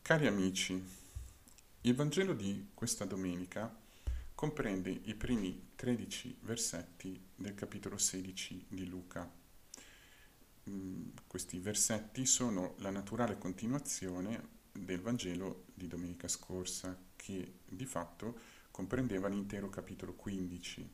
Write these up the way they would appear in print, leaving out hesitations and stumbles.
Cari amici, il Vangelo di questa domenica comprende i primi 13 versetti del capitolo 16 di Luca. Questi versetti sono la naturale continuazione del Vangelo di domenica scorsa, che di fatto comprendeva l'intero capitolo 15.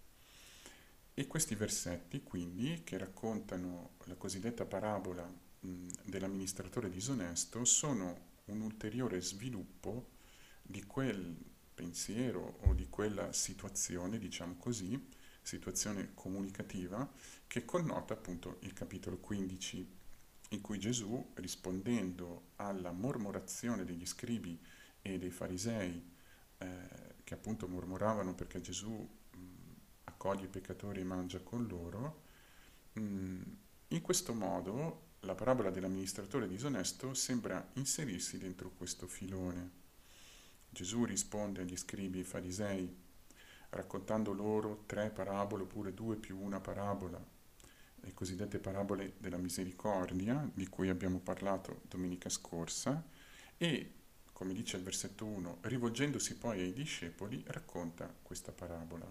E questi versetti, quindi, che raccontano la cosiddetta parabola dell'amministratore disonesto, sono un ulteriore sviluppo di quel pensiero o di quella situazione, diciamo così, situazione comunicativa, che connota appunto il capitolo 15, in cui Gesù, rispondendo alla mormorazione degli scribi e dei farisei, che appunto mormoravano perché Gesù accoglie i peccatori e mangia con loro, in questo modo la parabola dell'amministratore disonesto sembra inserirsi dentro questo filone. Gesù risponde agli scribi e farisei raccontando loro tre parabole oppure due più una parabola, le cosiddette parabole della misericordia di cui abbiamo parlato domenica scorsa e, come dice il versetto 1, rivolgendosi poi ai discepoli racconta questa parabola.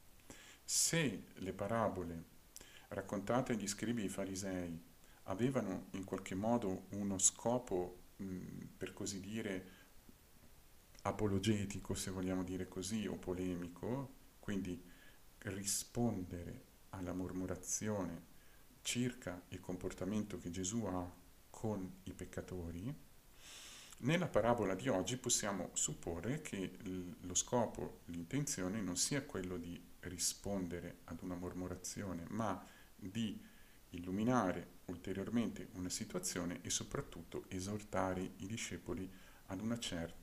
Se le parabole raccontate agli scribi e ai farisei avevano in qualche modo uno scopo, per così dire, apologetico, se vogliamo dire così, o polemico, quindi rispondere alla mormorazione circa il comportamento che Gesù ha con i peccatori, nella parabola di oggi possiamo supporre che lo scopo, l'intenzione non sia quello di rispondere ad una mormorazione, ma di illuminare ulteriormente una situazione e soprattutto esortare i discepoli ad una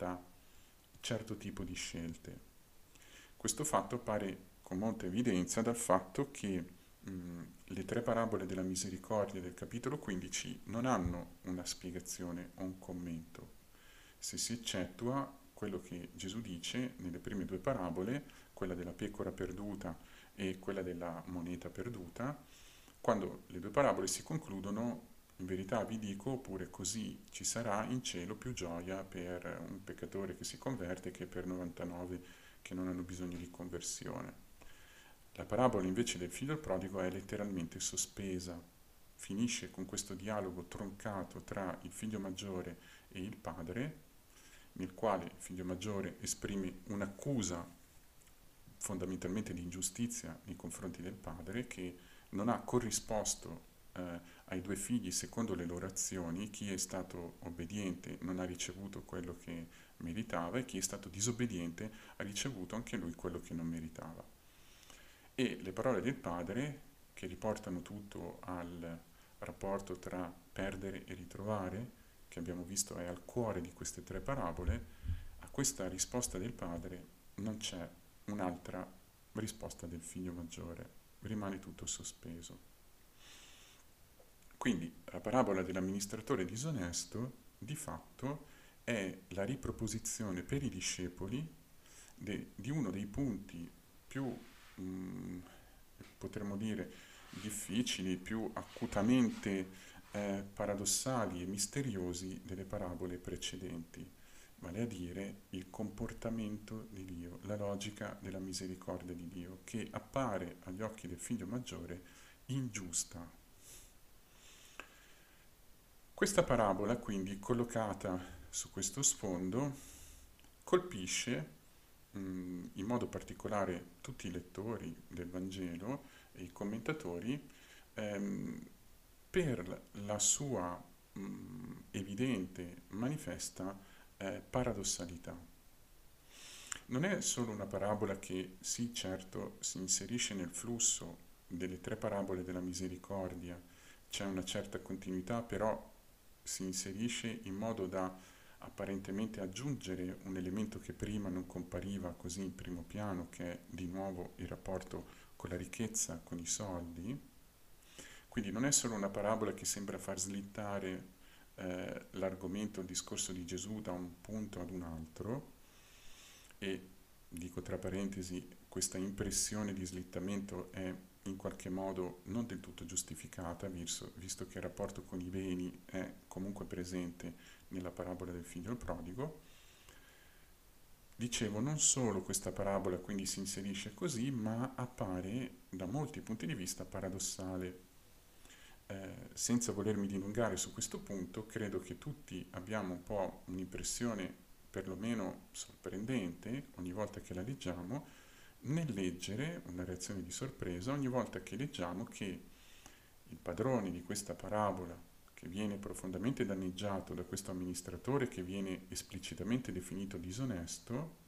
certo tipo di scelte. Questo fatto appare con molta evidenza dal fatto che le tre parabole della misericordia del capitolo 15 non hanno una spiegazione o un commento, se si eccettua quello che Gesù dice nelle prime due parabole, quella della pecora perduta e quella della moneta perduta, quando le due parabole si concludono, in verità vi dico, oppure così ci sarà in cielo più gioia per un peccatore che si converte che per 99 che non hanno bisogno di conversione. La parabola invece del figlio prodigo è letteralmente sospesa, finisce con questo dialogo troncato tra il figlio maggiore e il padre, nel quale il figlio maggiore esprime un'accusa fondamentalmente di ingiustizia nei confronti del padre che non ha corrisposto ai due figli secondo le loro azioni. Chi è stato obbediente non ha ricevuto quello che meritava e chi è stato disobbediente ha ricevuto anche lui quello che non meritava. E le parole del padre, che riportano tutto al rapporto tra perdere e ritrovare, che abbiamo visto è al cuore di queste tre parabole, a questa risposta del padre non c'è un'altra risposta del figlio maggiore, rimane tutto sospeso. Quindi la parabola dell'amministratore disonesto di fatto è la riproposizione per i discepoli di uno dei punti più, potremmo dire, difficili, più acutamente paradossali e misteriosi delle parabole precedenti, vale a dire il comportamento di Dio, la logica della misericordia di Dio, che appare agli occhi del figlio maggiore ingiusta. Questa parabola, quindi, collocata su questo sfondo, colpisce in modo particolare tutti i lettori del Vangelo e i commentatori ehm, per la sua evidente, manifesta paradossalità. Non è solo una parabola che, sì, certo, si inserisce nel flusso delle tre parabole della misericordia, c'è una certa continuità, però si inserisce in modo da apparentemente aggiungere un elemento che prima non compariva così in primo piano, che è di nuovo il rapporto con la ricchezza, con i soldi. Quindi non è solo una parabola che sembra far slittare l'argomento, il discorso di Gesù da un punto ad un altro, e dico tra parentesi, questa impressione di slittamento è in qualche modo non del tutto giustificata, visto che il rapporto con i beni è comunque presente nella parabola del figlio prodigo. Dicevo, non solo questa parabola quindi si inserisce così, ma appare da molti punti di vista paradossale. Senza volermi dilungare su questo punto, credo che tutti abbiamo un po' un'impressione perlomeno sorprendente ogni volta che la leggiamo, nel leggere una reazione di sorpresa ogni volta che leggiamo che il padrone di questa parabola, che viene profondamente danneggiato da questo amministratore che viene esplicitamente definito disonesto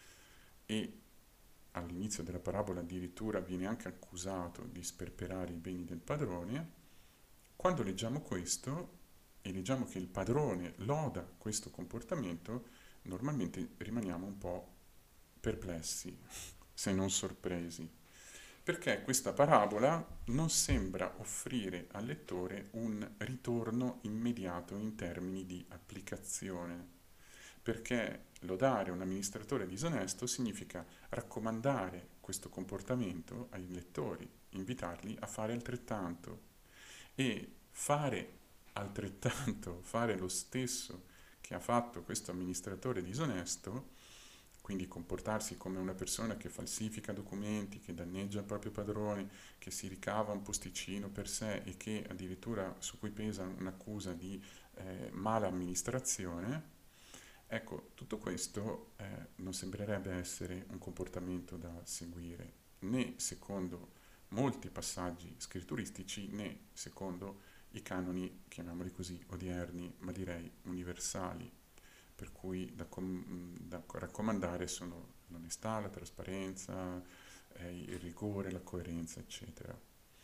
e all'inizio della parabola addirittura viene anche accusato di sperperare i beni del padrone, quando leggiamo questo e leggiamo che il padrone loda questo comportamento, normalmente rimaniamo un po' perplessi, se non sorpresi, perché questa parabola non sembra offrire al lettore un ritorno immediato in termini di applicazione, perché lodare un amministratore disonesto significa raccomandare questo comportamento ai lettori, invitarli a fare altrettanto e fare altrettanto, fare lo stesso che ha fatto questo amministratore disonesto, quindi comportarsi come una persona che falsifica documenti, che danneggia il proprio padrone, che si ricava un posticino per sé e che addirittura su cui pesa un'accusa di mala amministrazione, ecco, tutto questo non sembrerebbe essere un comportamento da seguire, né secondo molti passaggi scritturistici, né secondo i canoni, chiamiamoli così, odierni, ma direi universali, per cui da raccomandare sono l'onestà, la trasparenza, il rigore, la coerenza, eccetera.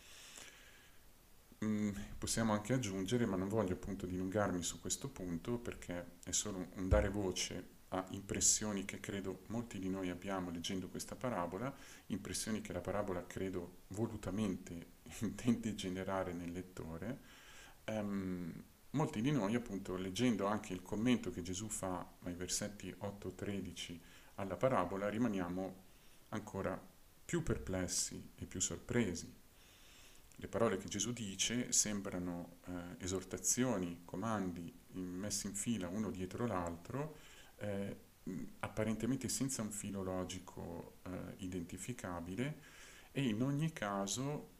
Possiamo anche aggiungere, ma non voglio appunto dilungarmi su questo punto perché è solo un dare voce a impressioni che credo molti di noi abbiamo leggendo questa parabola, impressioni che la parabola credo volutamente intende generare nel lettore. Molti di noi appunto leggendo anche il commento che Gesù fa ai versetti 8-13 alla parabola rimaniamo ancora più perplessi e più sorpresi. Le parole che Gesù dice sembrano esortazioni, comandi messi in fila uno dietro l'altro, apparentemente senza un filo logico identificabile e in ogni caso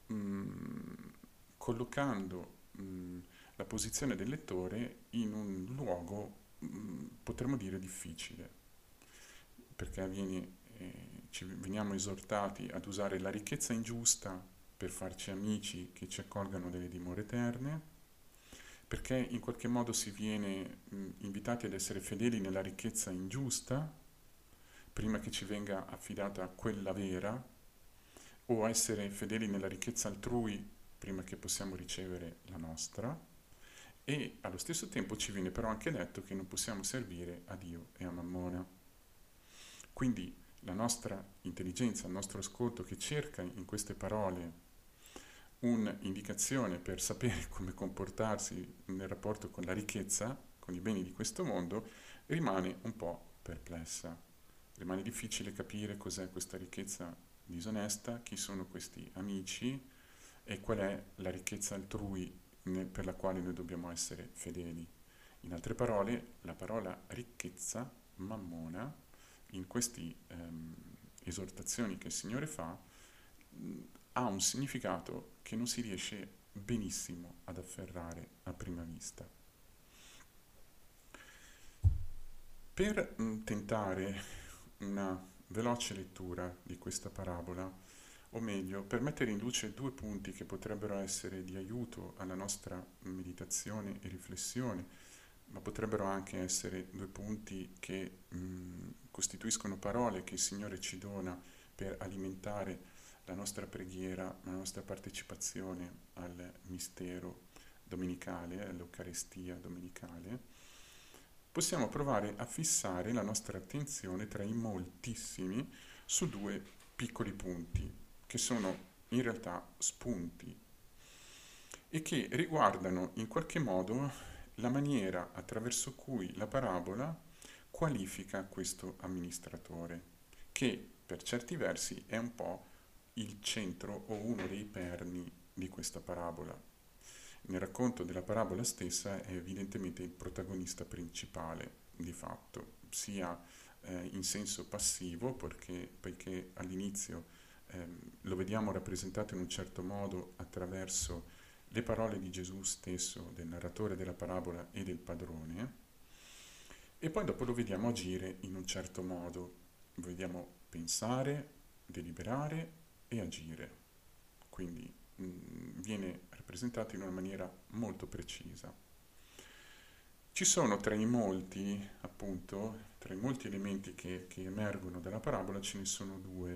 collocando la posizione del lettore in un luogo, potremmo dire, difficile, perché veniamo esortati ad usare la ricchezza ingiusta per farci amici che ci accolgano delle dimore eterne, perché in qualche modo si viene invitati ad essere fedeli nella ricchezza ingiusta, prima che ci venga affidata quella vera, o essere fedeli nella ricchezza altrui prima che possiamo ricevere la nostra, e allo stesso tempo ci viene però anche detto che non possiamo servire a Dio e a Mammona. Quindi la nostra intelligenza, il nostro ascolto che cerca in queste parole un'indicazione per sapere come comportarsi nel rapporto con la ricchezza, con i beni di questo mondo, rimane un po' perplessa. Rimane difficile capire cos'è questa ricchezza disonesta, chi sono questi amici e qual è la ricchezza altrui per la quale noi dobbiamo essere fedeli. In altre parole, la parola ricchezza, mammona, in queste esortazioni che il Signore fa, ha un significato che non si riesce benissimo ad afferrare a prima vista. Per tentare una veloce lettura di questa parabola, o meglio, per mettere in luce due punti che potrebbero essere di aiuto alla nostra meditazione e riflessione, ma potrebbero anche essere due punti che costituiscono parole che il Signore ci dona per alimentare la nostra preghiera, la nostra partecipazione al mistero domenicale, all'Eucaristia domenicale, possiamo provare a fissare la nostra attenzione tra i moltissimi su due piccoli punti, che sono in realtà spunti e che riguardano in qualche modo la maniera attraverso cui la parabola qualifica questo amministratore, che per certi versi è un po' il centro o uno dei perni di questa parabola. Nel racconto della parabola stessa è evidentemente il protagonista principale, di fatto, sia in senso passivo, poiché all'inizio lo vediamo rappresentato in un certo modo attraverso le parole di Gesù stesso, del narratore della parabola e del padrone, e poi dopo lo vediamo agire in un certo modo, lo vediamo pensare, deliberare e agire. Quindi viene rappresentato in una maniera molto precisa. Ci sono tra i molti, appunto, tra i molti elementi che emergono dalla parabola, ce ne sono due.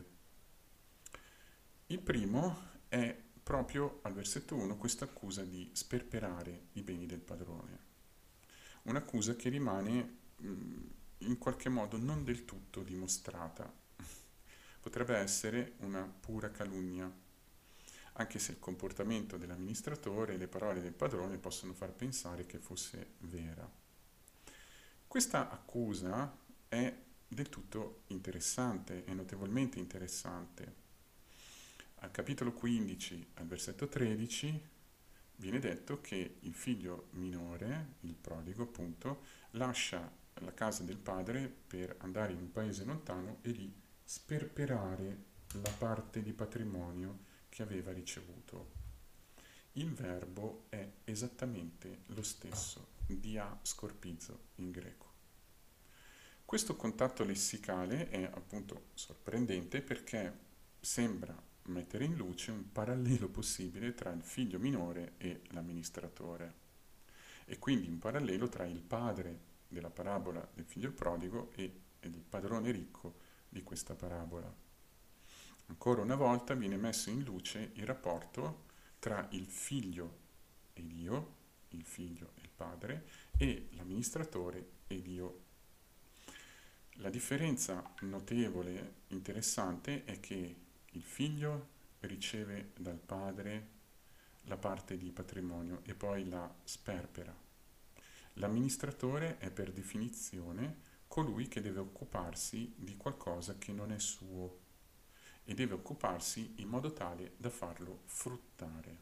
Il primo è proprio al versetto 1 questa accusa di sperperare i beni del padrone. Un'accusa che rimane in qualche modo non del tutto dimostrata. Potrebbe essere una pura calunnia, anche se il comportamento dell'amministratore e le parole del padrone possono far pensare che fosse vera. Questa accusa è del tutto interessante, è notevolmente interessante. Al capitolo 15, al versetto 13, viene detto che il figlio minore, il prodigo appunto, lascia la casa del padre per andare in un paese lontano e lì sperperare la parte di patrimonio che aveva ricevuto. Il verbo è esattamente lo stesso, dia scorpizo in greco. Questo contatto lessicale è appunto sorprendente perché sembra mettere in luce un parallelo possibile tra il figlio minore e l'amministratore e quindi un parallelo tra il padre della parabola del figlio prodigo e il padrone ricco di questa parabola. Ancora una volta viene messo in luce il rapporto tra il figlio e Dio, il figlio e il padre, e l'amministratore e Dio. La differenza notevole, interessante, è che il figlio riceve dal padre la parte di patrimonio e poi la sperpera. L'amministratore è per definizione colui che deve occuparsi di qualcosa che non è suo e deve occuparsi in modo tale da farlo fruttare.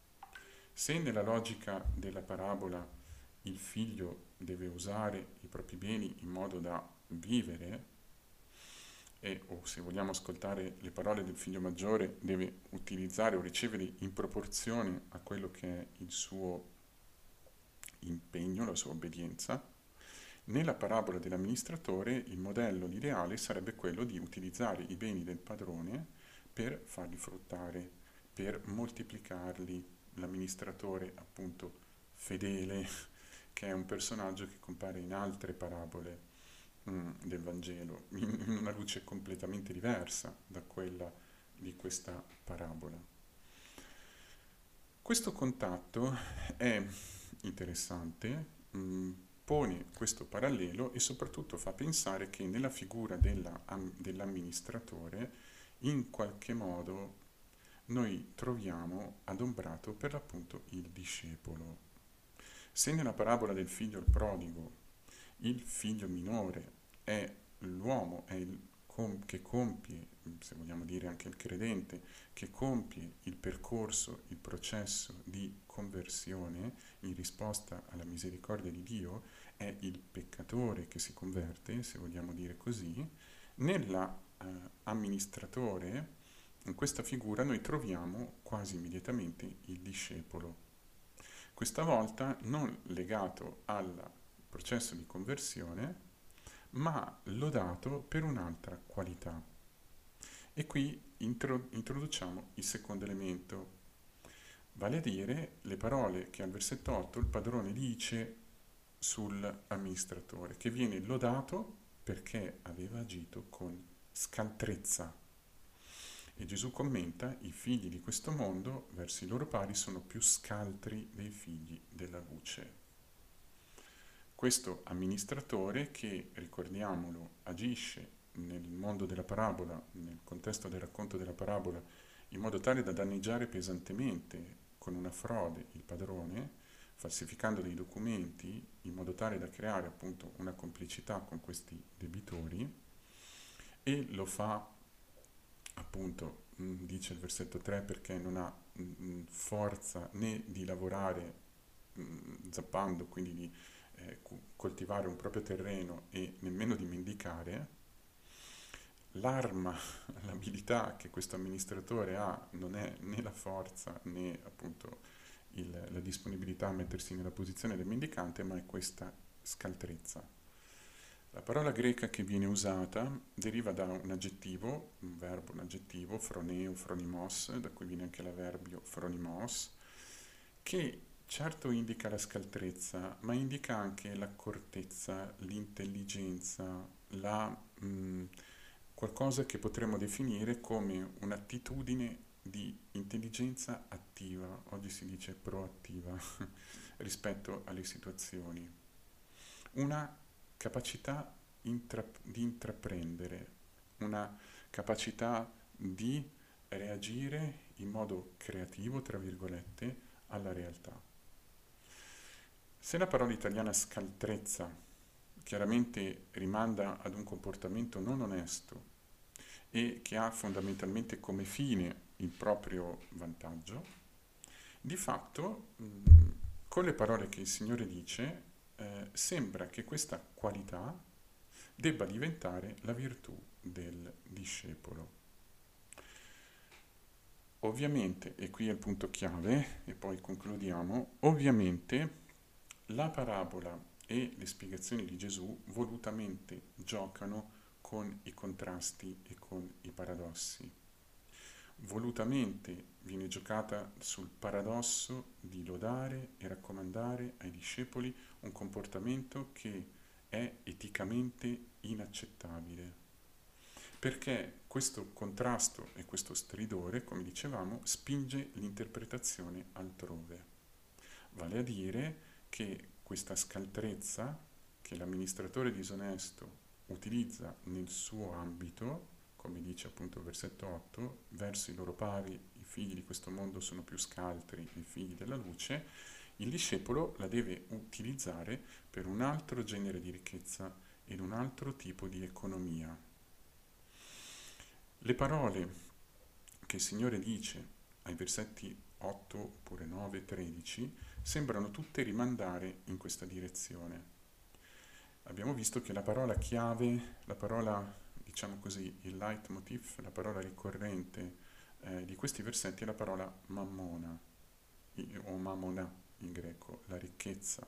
Se nella logica della parabola il figlio deve usare i propri beni in modo da vivere, o se vogliamo ascoltare le parole del figlio maggiore, deve utilizzare o ricevere in proporzione a quello che è il suo impegno, la sua obbedienza, nella parabola dell'amministratore il modello, l'ideale sarebbe quello di utilizzare i beni del padrone per farli fruttare, per moltiplicarli. L'amministratore appunto fedele, che è un personaggio che compare in altre parabole del Vangelo, in una luce completamente diversa da quella di questa parabola. Questo contatto è interessante, pone questo parallelo e soprattutto fa pensare che nella figura dell'amministratore in qualche modo noi troviamo adombrato per l'appunto il discepolo. Se nella parabola del figlio il prodigo il figlio minore è l'uomo, è che compie, se vogliamo dire anche il credente, che compie il percorso, il processo di conversione in risposta alla misericordia di Dio, è il peccatore che si converte, se vogliamo dire così, nell'amministratore, in questa figura noi troviamo quasi immediatamente il discepolo. Questa volta non legato al processo di conversione, ma lodato per un'altra qualità. E qui introduciamo il secondo elemento, vale a dire le parole che al versetto 8 il padrone dice sull'amministratore, che viene lodato perché aveva agito con scaltrezza. E Gesù commenta, i figli di questo mondo verso i loro pari sono più scaltri dei figli della luce. Questo amministratore che, ricordiamolo, agisce nel mondo della parabola, nel contesto del racconto della parabola, in modo tale da danneggiare pesantemente con una frode il padrone, falsificando dei documenti in modo tale da creare appunto una complicità con questi debitori, e lo fa appunto dice il versetto 3, perché non ha forza né di lavorare zappando, quindi di coltivare un proprio terreno e nemmeno di mendicare. L'arma, l'abilità che questo amministratore ha non è né la forza né appunto la disponibilità a mettersi nella posizione del mendicante, ma è questa scaltrezza. La parola greca che viene usata deriva da un aggettivo, un verbo, un aggettivo, phroneo, phronimos, da cui viene anche l'avverbio phronimos, che certo indica la scaltrezza, ma indica anche l'accortezza, l'intelligenza, qualcosa che potremmo definire come un'attitudine di intelligenza attiva, oggi si dice proattiva, rispetto alle situazioni. Una capacità di intraprendere, una capacità di reagire in modo creativo, tra virgolette, alla realtà. Se la parola italiana scaltrezza chiaramente rimanda ad un comportamento non onesto e che ha fondamentalmente come fine il proprio vantaggio, di fatto, con le parole che il Signore dice, sembra che questa qualità debba diventare la virtù del discepolo. Ovviamente, e qui è il punto chiave, e poi concludiamo, ovviamente la parabola e le spiegazioni di Gesù volutamente giocano con i contrasti e con i paradossi. Volutamente viene giocata sul paradosso di lodare e raccomandare ai discepoli un comportamento che è eticamente inaccettabile, perché questo contrasto e questo stridore, come dicevamo, spinge l'interpretazione altrove. Vale a dire che questa scaltrezza che l'amministratore disonesto utilizza nel suo ambito, come dice appunto il versetto 8, verso i loro pari i figli di questo mondo sono più scaltri, i figli della luce, il discepolo la deve utilizzare per un altro genere di ricchezza ed un altro tipo di economia. Le parole che il Signore dice ai versetti 8 oppure 9, 13 sembrano tutte rimandare in questa direzione. Abbiamo visto che la parola chiave, la parola, diciamo così, il leitmotiv, la parola ricorrente di questi versetti è la parola mammona, o mamona in greco, la ricchezza.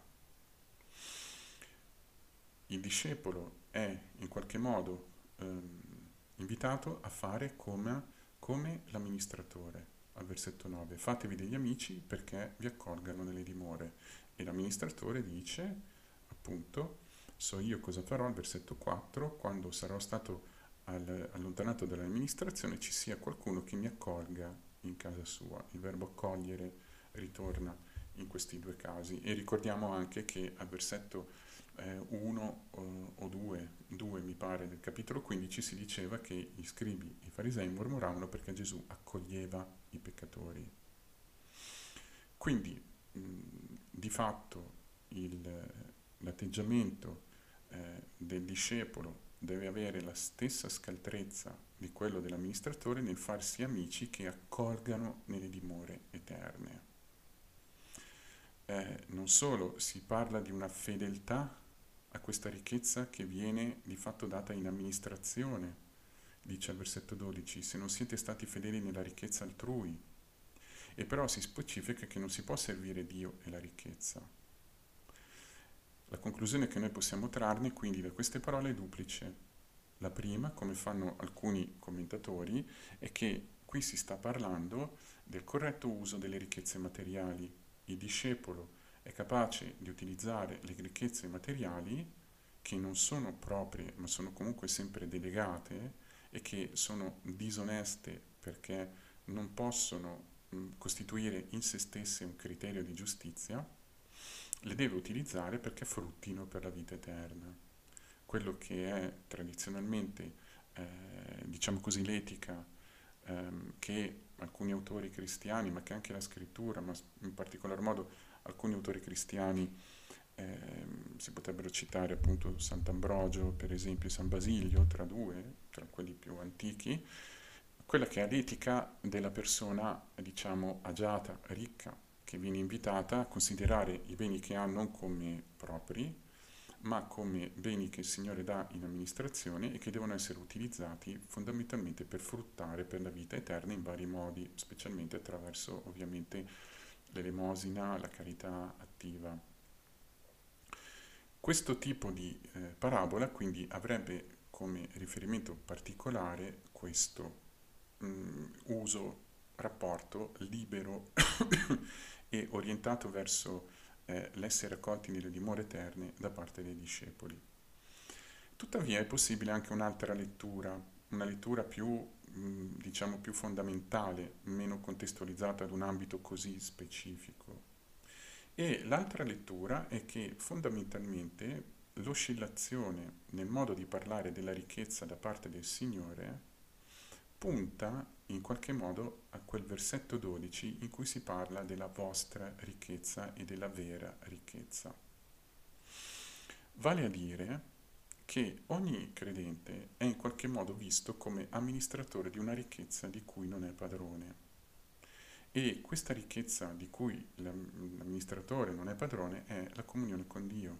Il discepolo è in qualche modo invitato a fare come l'amministratore. Al versetto 9, fatevi degli amici perché vi accolgano nelle dimore. E l'amministratore dice, appunto, so io cosa farò al versetto 4, quando sarò stato allontanato dall'amministrazione ci sia qualcuno che mi accolga in casa sua. Il verbo accogliere ritorna in questi due casi e ricordiamo anche che al versetto 1 o 2 mi pare del capitolo 15 si diceva che gli scribi e i farisei mormoravano perché Gesù accoglieva i peccatori. Quindi di fatto l'atteggiamento del discepolo deve avere la stessa scaltrezza di quello dell'amministratore nel farsi amici che accolgano nelle dimore eterne. Non solo si parla di una fedeltà a questa ricchezza che viene di fatto data in amministrazione, dice al versetto 12, se non siete stati fedeli nella ricchezza altrui, e però si specifica che non si può servire Dio e la ricchezza. La conclusione che noi possiamo trarne quindi da queste parole è duplice. La prima, come fanno alcuni commentatori, è che qui si sta parlando del corretto uso delle ricchezze materiali. Il discepolo è capace di utilizzare le ricchezze materiali che non sono proprie, ma sono comunque sempre delegate e che sono disoneste perché non possono costituire in se stesse un criterio di giustizia, le deve utilizzare perché fruttino per la vita eterna. Quello che è tradizionalmente, diciamo così, l'etica che alcuni autori cristiani, ma che anche la scrittura, ma in particolar modo alcuni autori cristiani, si potrebbero citare appunto Sant'Ambrogio, per esempio, e San Basilio, tra quelli più antichi, quella che è l'etica della persona, diciamo, agiata, ricca, che viene invitata a considerare i beni che ha non come propri, ma come beni che il Signore dà in amministrazione e che devono essere utilizzati fondamentalmente per fruttare per la vita eterna in vari modi, specialmente attraverso ovviamente l'elemosina, la carità attiva. Questo tipo di parabola quindi avrebbe come riferimento particolare questo uso, rapporto libero e orientato verso l'essere accolti nelle dimore eterne da parte dei discepoli. Tuttavia è possibile anche un'altra lettura, una lettura più, diciamo, più fondamentale, meno contestualizzata ad un ambito così specifico. E l'altra lettura è che fondamentalmente l'oscillazione nel modo di parlare della ricchezza da parte del Signore punta in qualche modo a quel versetto 12 in cui si parla della vostra ricchezza e della vera ricchezza. Vale a dire che ogni credente è in qualche modo visto come amministratore di una ricchezza di cui non è padrone. E questa ricchezza di cui l'amministratore non è padrone è la comunione con Dio,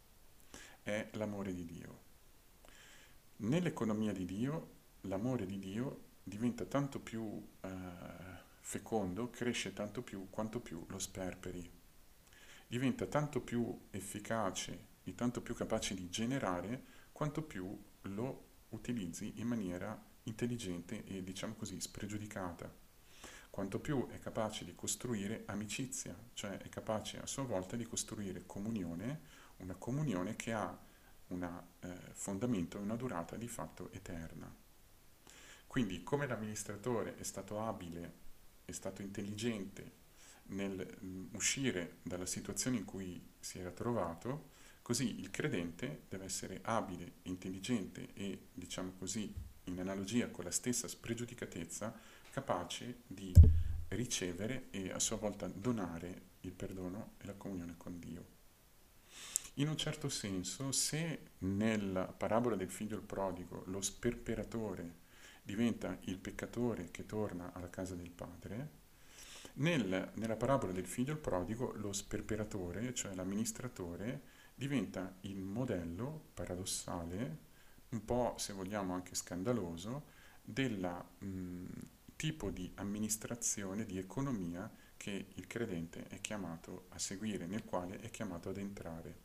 è l'amore di Dio. Nell'economia di Dio, l'amore di Dio diventa tanto più fecondo, cresce tanto più quanto più lo sperperi, diventa tanto più efficace e tanto più capace di generare quanto più lo utilizzi in maniera intelligente e diciamo così spregiudicata, quanto più è capace di costruire amicizia, cioè è capace a sua volta di costruire comunione, una comunione che ha un fondamento e una durata di fatto eterna. Quindi come l'amministratore è stato abile, è stato intelligente nel uscire dalla situazione in cui si era trovato, così il credente deve essere abile, intelligente e, diciamo così, in analogia con la stessa spregiudicatezza, capace di ricevere e a sua volta donare il perdono e la comunione con Dio. In un certo senso, se nella parabola del figlio il prodigo lo sperperatore diventa il peccatore che torna alla casa del padre, nella parabola del figlio il prodigo lo sperperatore, cioè l'amministratore, diventa il modello paradossale, un po' se vogliamo anche scandaloso, del tipo di amministrazione, di economia che il credente è chiamato a seguire, nel quale è chiamato ad entrare.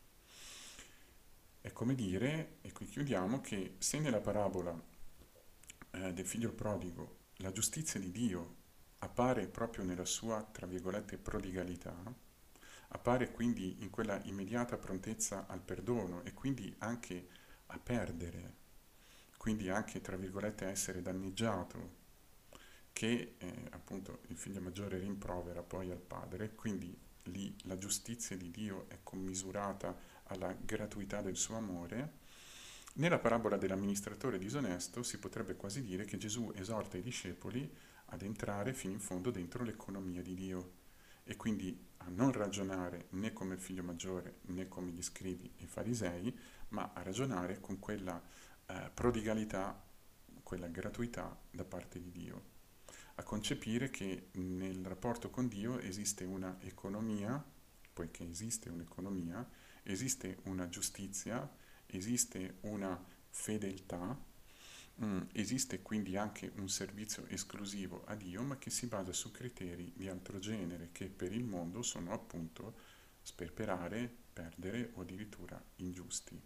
È come dire, e qui chiudiamo, che se nella parabola del figlio prodigo la giustizia di Dio appare proprio nella sua, tra virgolette, prodigalità, appare quindi in quella immediata prontezza al perdono e quindi anche a perdere, quindi anche, tra virgolette, a essere danneggiato, che appunto il figlio maggiore rimprovera poi al padre, quindi lì la giustizia di Dio è commisurata alla gratuità del suo amore. Nella parabola dell'amministratore disonesto si potrebbe quasi dire che Gesù esorta i discepoli ad entrare fino in fondo dentro l'economia di Dio e quindi a non ragionare né come il figlio maggiore né come gli scribi e i farisei, ma a ragionare con quella prodigalità, quella gratuità da parte di Dio, a concepire che nel rapporto con Dio esiste una economia, poiché esiste un'economia, esiste una giustizia, esiste una fedeltà, esiste quindi anche un servizio esclusivo a Dio, ma che si basa su criteri di altro genere che per il mondo sono appunto sperperare, perdere o addirittura ingiusti.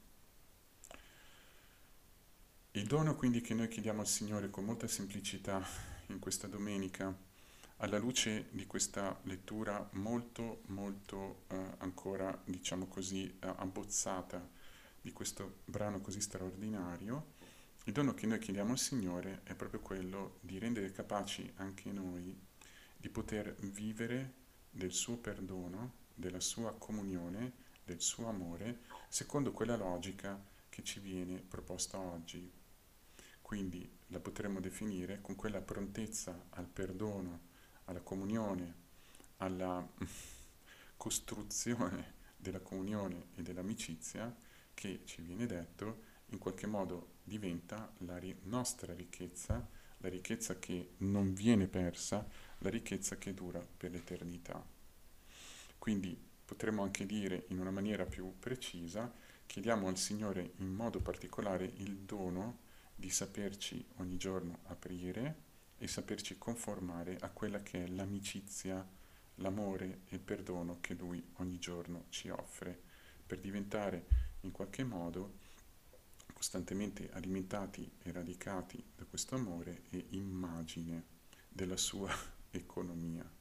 Il dono quindi che noi chiediamo al Signore con molta semplicità in questa domenica, alla luce di questa lettura molto molto ancora, diciamo così, abbozzata di questo brano così straordinario, il dono che noi chiediamo al Signore è proprio quello di rendere capaci anche noi di poter vivere del suo perdono, della sua comunione, del suo amore, secondo quella logica che ci viene proposta oggi. Quindi la potremmo definire con quella prontezza al perdono, alla comunione, alla costruzione della comunione e dell'amicizia che ci viene detto in qualche modo diventa la nostra ricchezza, la ricchezza che non viene persa, la ricchezza che dura per l'eternità. Quindi potremmo anche dire in una maniera più precisa, chiediamo al Signore in modo particolare il dono di saperci ogni giorno aprire e saperci conformare a quella che è l'amicizia, l'amore e il perdono che Lui ogni giorno ci offre, per diventare in qualche modo costantemente alimentati e radicati da questo amore e immagine della sua economia.